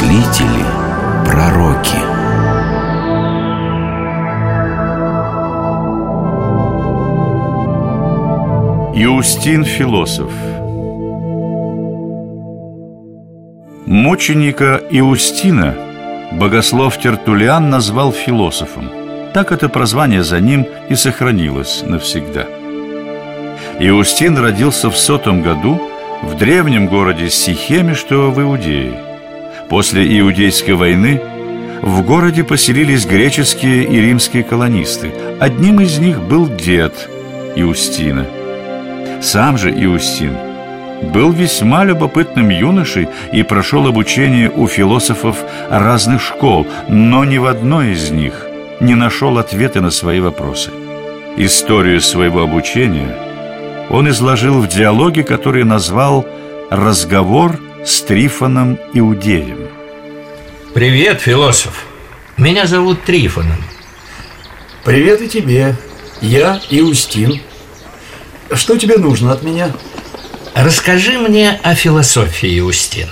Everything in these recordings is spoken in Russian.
мыслители, пророки. Иустин философ. Мученика Иустина богослов Тертуллиан назвал философом. Так это прозвание за ним и сохранилось навсегда. Иустин родился в 100 году в древнем городе Сихеме, что в Иудее. После Иудейской войны в городе поселились греческие и римские колонисты. Одним из них был дед Иустина. Сам же Иустин был весьма любопытным юношей и прошел обучение у философов разных школ, но ни в одной из них не нашел ответа на свои вопросы. Историю своего обучения он изложил в диалоге, который назвал «Разговор с Трифоном Иудеем». Привет, философ. Меня зовут Трифоном. Привет и тебе. Я Иустин. Что тебе нужно от меня? Расскажи мне о философии, Иустин.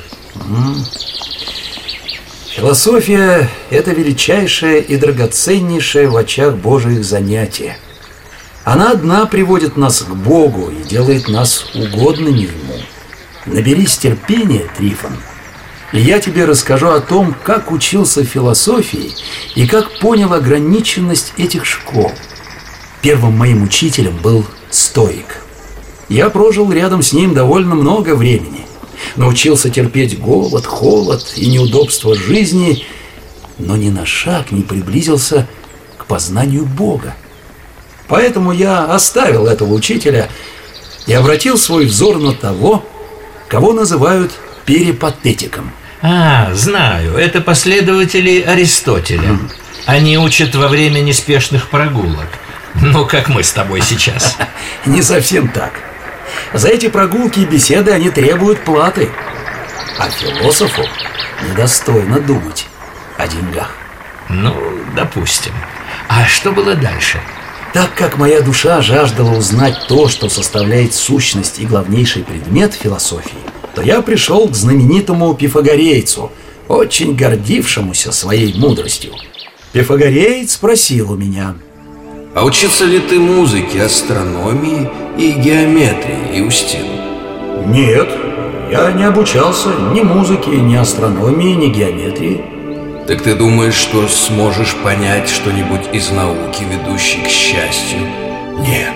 Философия – это величайшее и драгоценнейшее в очах Божиих занятие. Она одна приводит нас к Богу и делает нас угодными Ему. Наберись терпения, Трифон, и я тебе расскажу о том, как учился философии и как понял ограниченность этих школ. Первым моим учителем был стоик. Я прожил рядом с ним довольно много времени. Научился терпеть голод, холод и неудобства жизни, но ни на шаг не приблизился к познанию Бога. Поэтому я оставил этого учителя и обратил свой взор на того, кого называют перипатетиком. Знаю, это последователи Аристотеля. Они учат во время неспешных прогулок. Ну, как мы с тобой сейчас. Не совсем так. За эти прогулки и беседы они требуют платы. А философу недостойно думать о деньгах. Ну, допустим. А что было дальше? Так как моя душа жаждала узнать то, что составляет сущность и главнейший предмет философии, то я пришел к знаменитому пифагорейцу, очень гордившемуся своей мудростью. Пифагореец спросил у меня: а учился ли ты музыке, астрономии и геометрии, Иустин? Нет, я не обучался ни музыке, ни астрономии, ни геометрии. Так ты думаешь, что сможешь понять что-нибудь из науки, ведущей к счастью? Нет,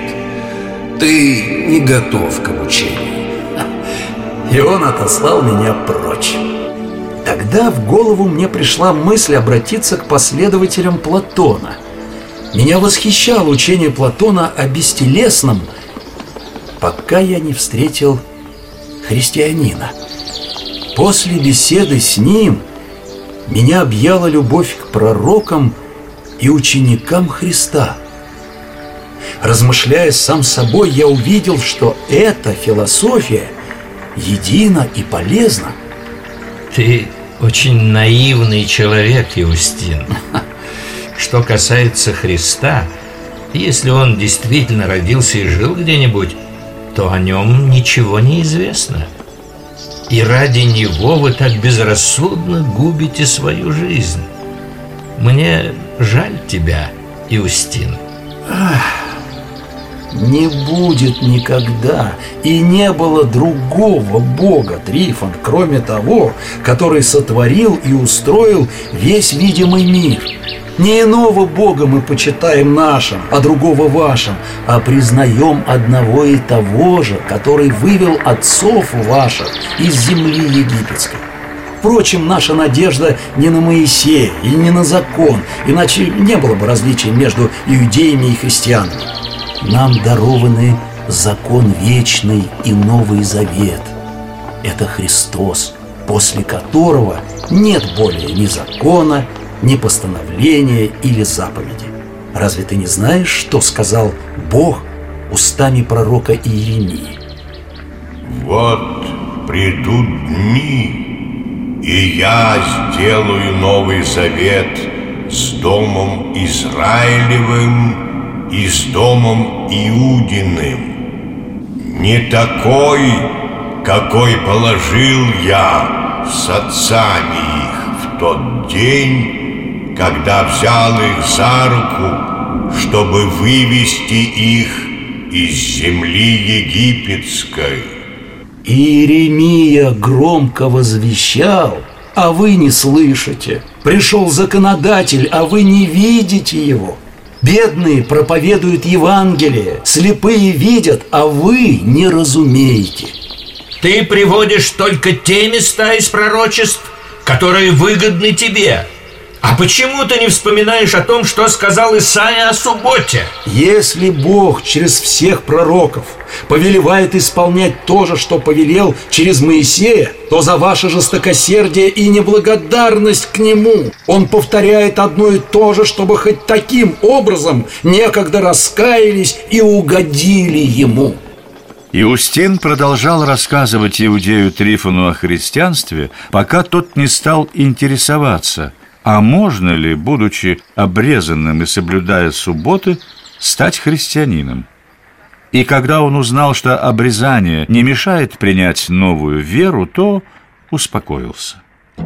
ты не готов к обучению. И он отослал меня прочь. Тогда в голову мне пришла мысль обратиться к последователям Платона. Меня восхищало учение Платона о бестелесном, пока я не встретил христианина. После беседы с ним меня объяла любовь к пророкам и ученикам Христа. Размышляя сам собой, я увидел, что эта философия едина и полезна. Ты очень наивный человек, Иустин. Что касается Христа, если он действительно родился и жил где-нибудь, то о нем ничего не известно. И ради него вы так безрассудно губите свою жизнь. Мне жаль тебя, Иустин. Не будет никогда и не было другого Бога, Трифон, кроме того, который сотворил и устроил весь видимый мир. Не иного Бога мы почитаем нашим, а другого вашим, а признаем одного и того же, который вывел отцов ваших из земли египетской. Впрочем, наша надежда не на Моисея и не на закон, иначе не было бы различий между иудеями и христианами. Нам дарованы закон вечный и Новый Завет. Это Христос, после которого нет более ни закона, ни постановления или заповеди. Разве ты не знаешь, что сказал Бог устами пророка Иеремии? Вот придут дни, и я сделаю Новый Завет с домом Израилевым и с домом Иудиным, не такой, какой положил я с отцами их тот день, когда взял их за руку, чтобы вывести их из земли египетской. Иеремия громко возвещал, а вы не слышите. Пришел законодатель, а вы не видите его. Бедные проповедуют Евангелие, слепые видят, а вы не разумеете. Ты приводишь только те места из пророчеств, которые выгодны тебе. А почему ты не вспоминаешь о том, что сказал Исаия о субботе? Если Бог через всех пророков повелевает исполнять то же, что повелел через Моисея, то за ваше жестокосердие и неблагодарность к Нему Он повторяет одно и то же, чтобы хоть таким образом некогда раскаялись и угодили Ему. Иустин продолжал рассказывать иудею Трифону о христианстве, пока тот не стал интересоваться, а можно ли, будучи обрезанным и соблюдая субботы, стать христианином. И когда он узнал, что обрезание не мешает принять новую веру, то успокоился.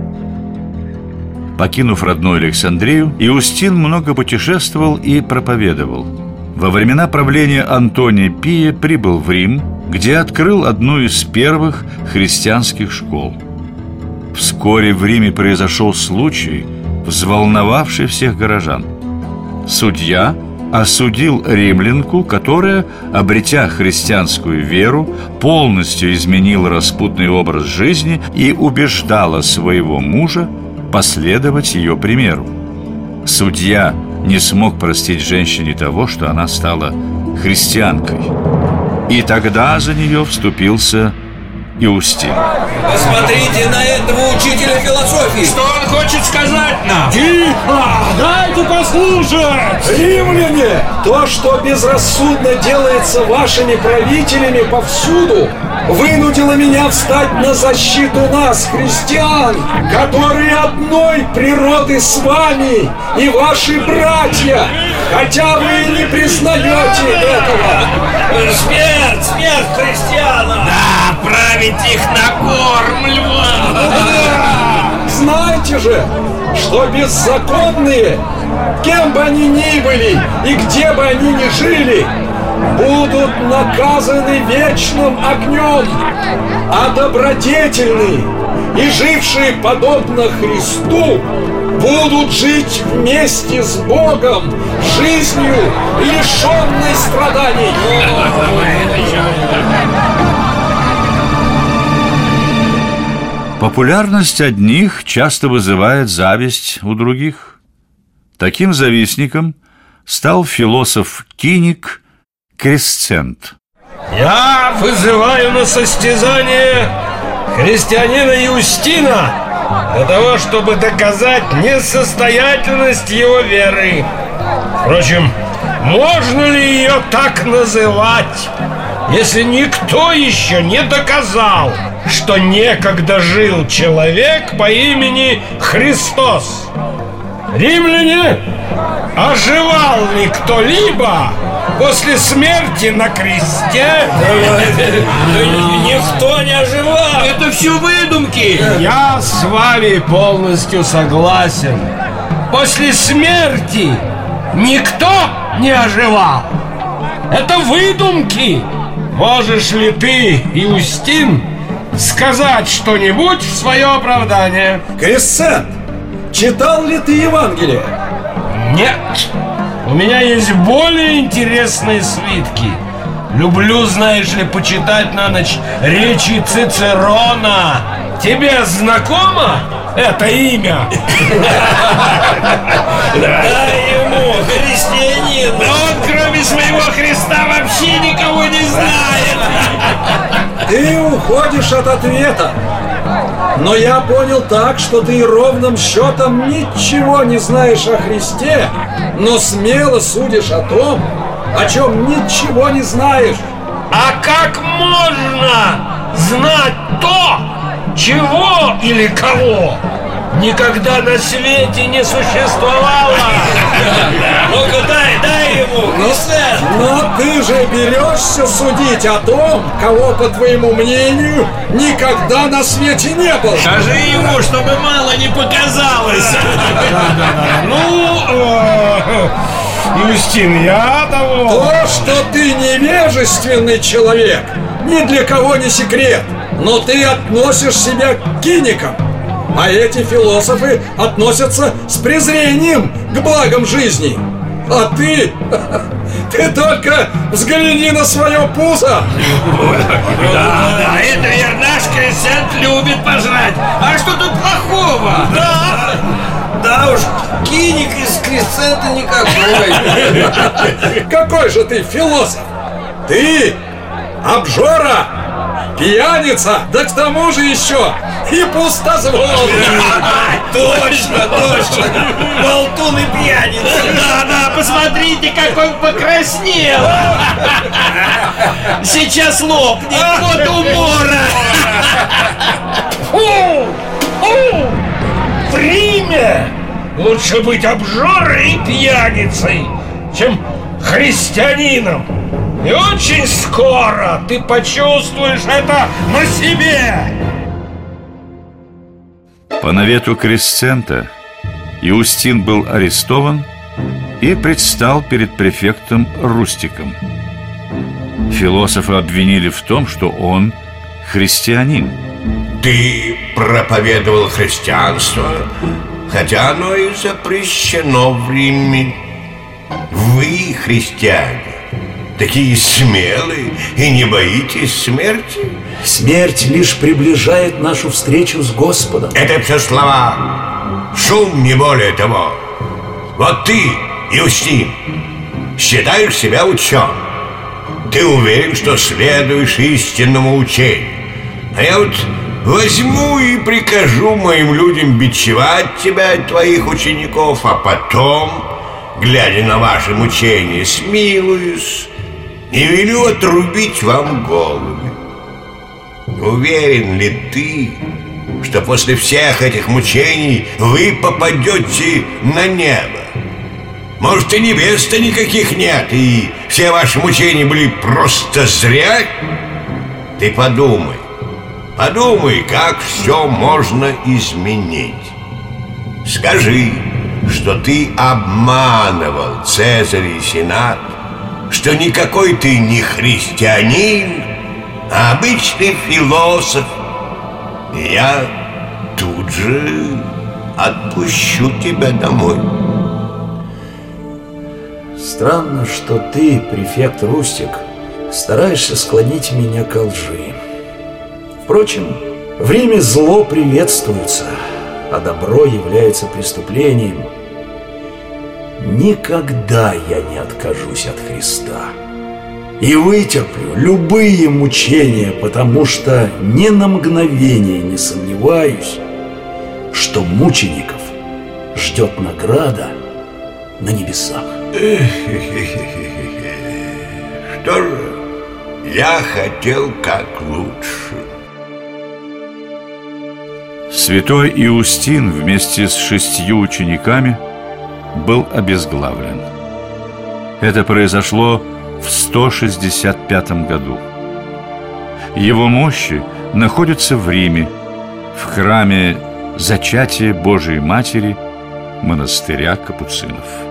Покинув родную Александрию, Иустин много путешествовал и проповедовал. Во времена правления Антония Пия прибыл в Рим, где открыл одну из первых христианских школ. Вскоре в Риме произошел случай, взволновавший всех горожан. Судья осудил римлянку, которая, обретя христианскую веру, полностью изменила распутный образ жизни и убеждала своего мужа последовать ее примеру. Судья не смог простить женщине того, что она стала христианкой. И тогда за нее вступился Иустин. Посмотрите на этого учителя философии. Что он хочет сказать нам? Тихо! Дайте послушать! Римляне! То, что безрассудно делается вашими правителями повсюду, вынудило меня встать на защиту нас, христиан, которые одной природы с вами и ваши братья, хотя вы и не признаете этого. Смерть! Смерть христианам! Да, править их на корм львам! Знаете же, что беззаконные, кем бы они ни были и где бы они ни жили, будут наказаны вечным огнем, а добродетельные и жившие подобно Христу будут жить вместе с Богом жизнью, лишенной страданий. Популярность одних часто вызывает зависть у других. Таким завистником стал философ Киник Кресцент. Я вызываю на состязание христианина Иустина для того, чтобы доказать несостоятельность его веры. Впрочем, можно ли ее так называть, если никто еще не доказал, что некогда жил человек по имени Христос? Римляне, оживал ли кто-либо после смерти на кресте? Никто не оживал! Это все выдумки! Я с вами полностью согласен. После смерти никто не оживал. Это выдумки. Можешь ли ты, Иустин, сказать что-нибудь в свое оправдание? Кресцент, читал ли ты Евангелие? Нет. У меня есть более интересные свитки. Люблю, знаешь ли, почитать на ночь речи Цицерона. Тебе знакомо это имя? Дай ему, христианин! Да он, кроме своего Христа, вообще никого не знает! Ты уходишь от ответа. Но я понял так, что ты ровным счетом ничего не знаешь о Христе, но смело судишь о том, о чем ничего не знаешь. А как можно знать то, чего или кого никогда на свете не существовало? Ну-ка дай ему, Христос! Но ты же берешься судить о том, кого, по твоему мнению, никогда на свете не было. Скажи ему, чтобы мало не показалось. Юстин, я того... То, что ты невежественный человек, ни для кого не секрет. Но ты относишь себя к киникам. А эти философы относятся с презрением к благам жизни. А ты только взгляни на свое пузо. Да, это верно, наш Кресцент любит пожрать. А что тут плохого? Да уж, киник из Кресцента никакой. Какой же ты философ? Ты обжора, пьяница, да к тому же еще и пустозвон. Точно. Болтун и пьяница. Да, посмотрите, как он покраснел. Сейчас лопнет от умора. В Риме лучше быть обжорой и пьяницей, чем христианином. И очень скоро ты почувствуешь это на себе. По навету Кресцента Иустин был арестован и предстал перед префектом Рустиком. Философа обвинили в том, что он христианин. Ты проповедовал христианство, хотя оно и запрещено в Риме. Вы, христиане, такие смелые и не боитесь смерти? Смерть лишь приближает нашу встречу с Господом. Это все слова, шум, не более того. Вот ты, Иустин, считаешь себя ученым. Ты уверен, что следуешь истинному учению. А я вот возьму и прикажу моим людям бичевать тебя и твоих учеников, а потом, глядя на ваше мучение, смилуюсь и велю отрубить вам головы. Уверен ли ты, что после всех этих мучений вы попадете на небо? Может, и небес-то никаких нет, и все ваши мучения были просто зря? Ты подумай, как все можно изменить. Скажи, что ты обманывал Цезаря и Сенат, что никакой ты не христианин, а обычный философ, и я тут же отпущу тебя домой. Странно, что ты, префект Рустик, стараешься склонить меня ко лжи. Впрочем, в Риме зло приветствуется, а добро является преступлением. Никогда я не откажусь от Христа и вытерплю любые мучения, потому что ни на мгновение не сомневаюсь, что мучеников ждет награда на небесах. Что же, я хотел как лучше. Святой Иустин вместе с 6 учениками был обезглавлен. Это произошло в 165 году. Его мощи находятся в Риме, в храме Зачатия Божией Матери монастыря капуцинов.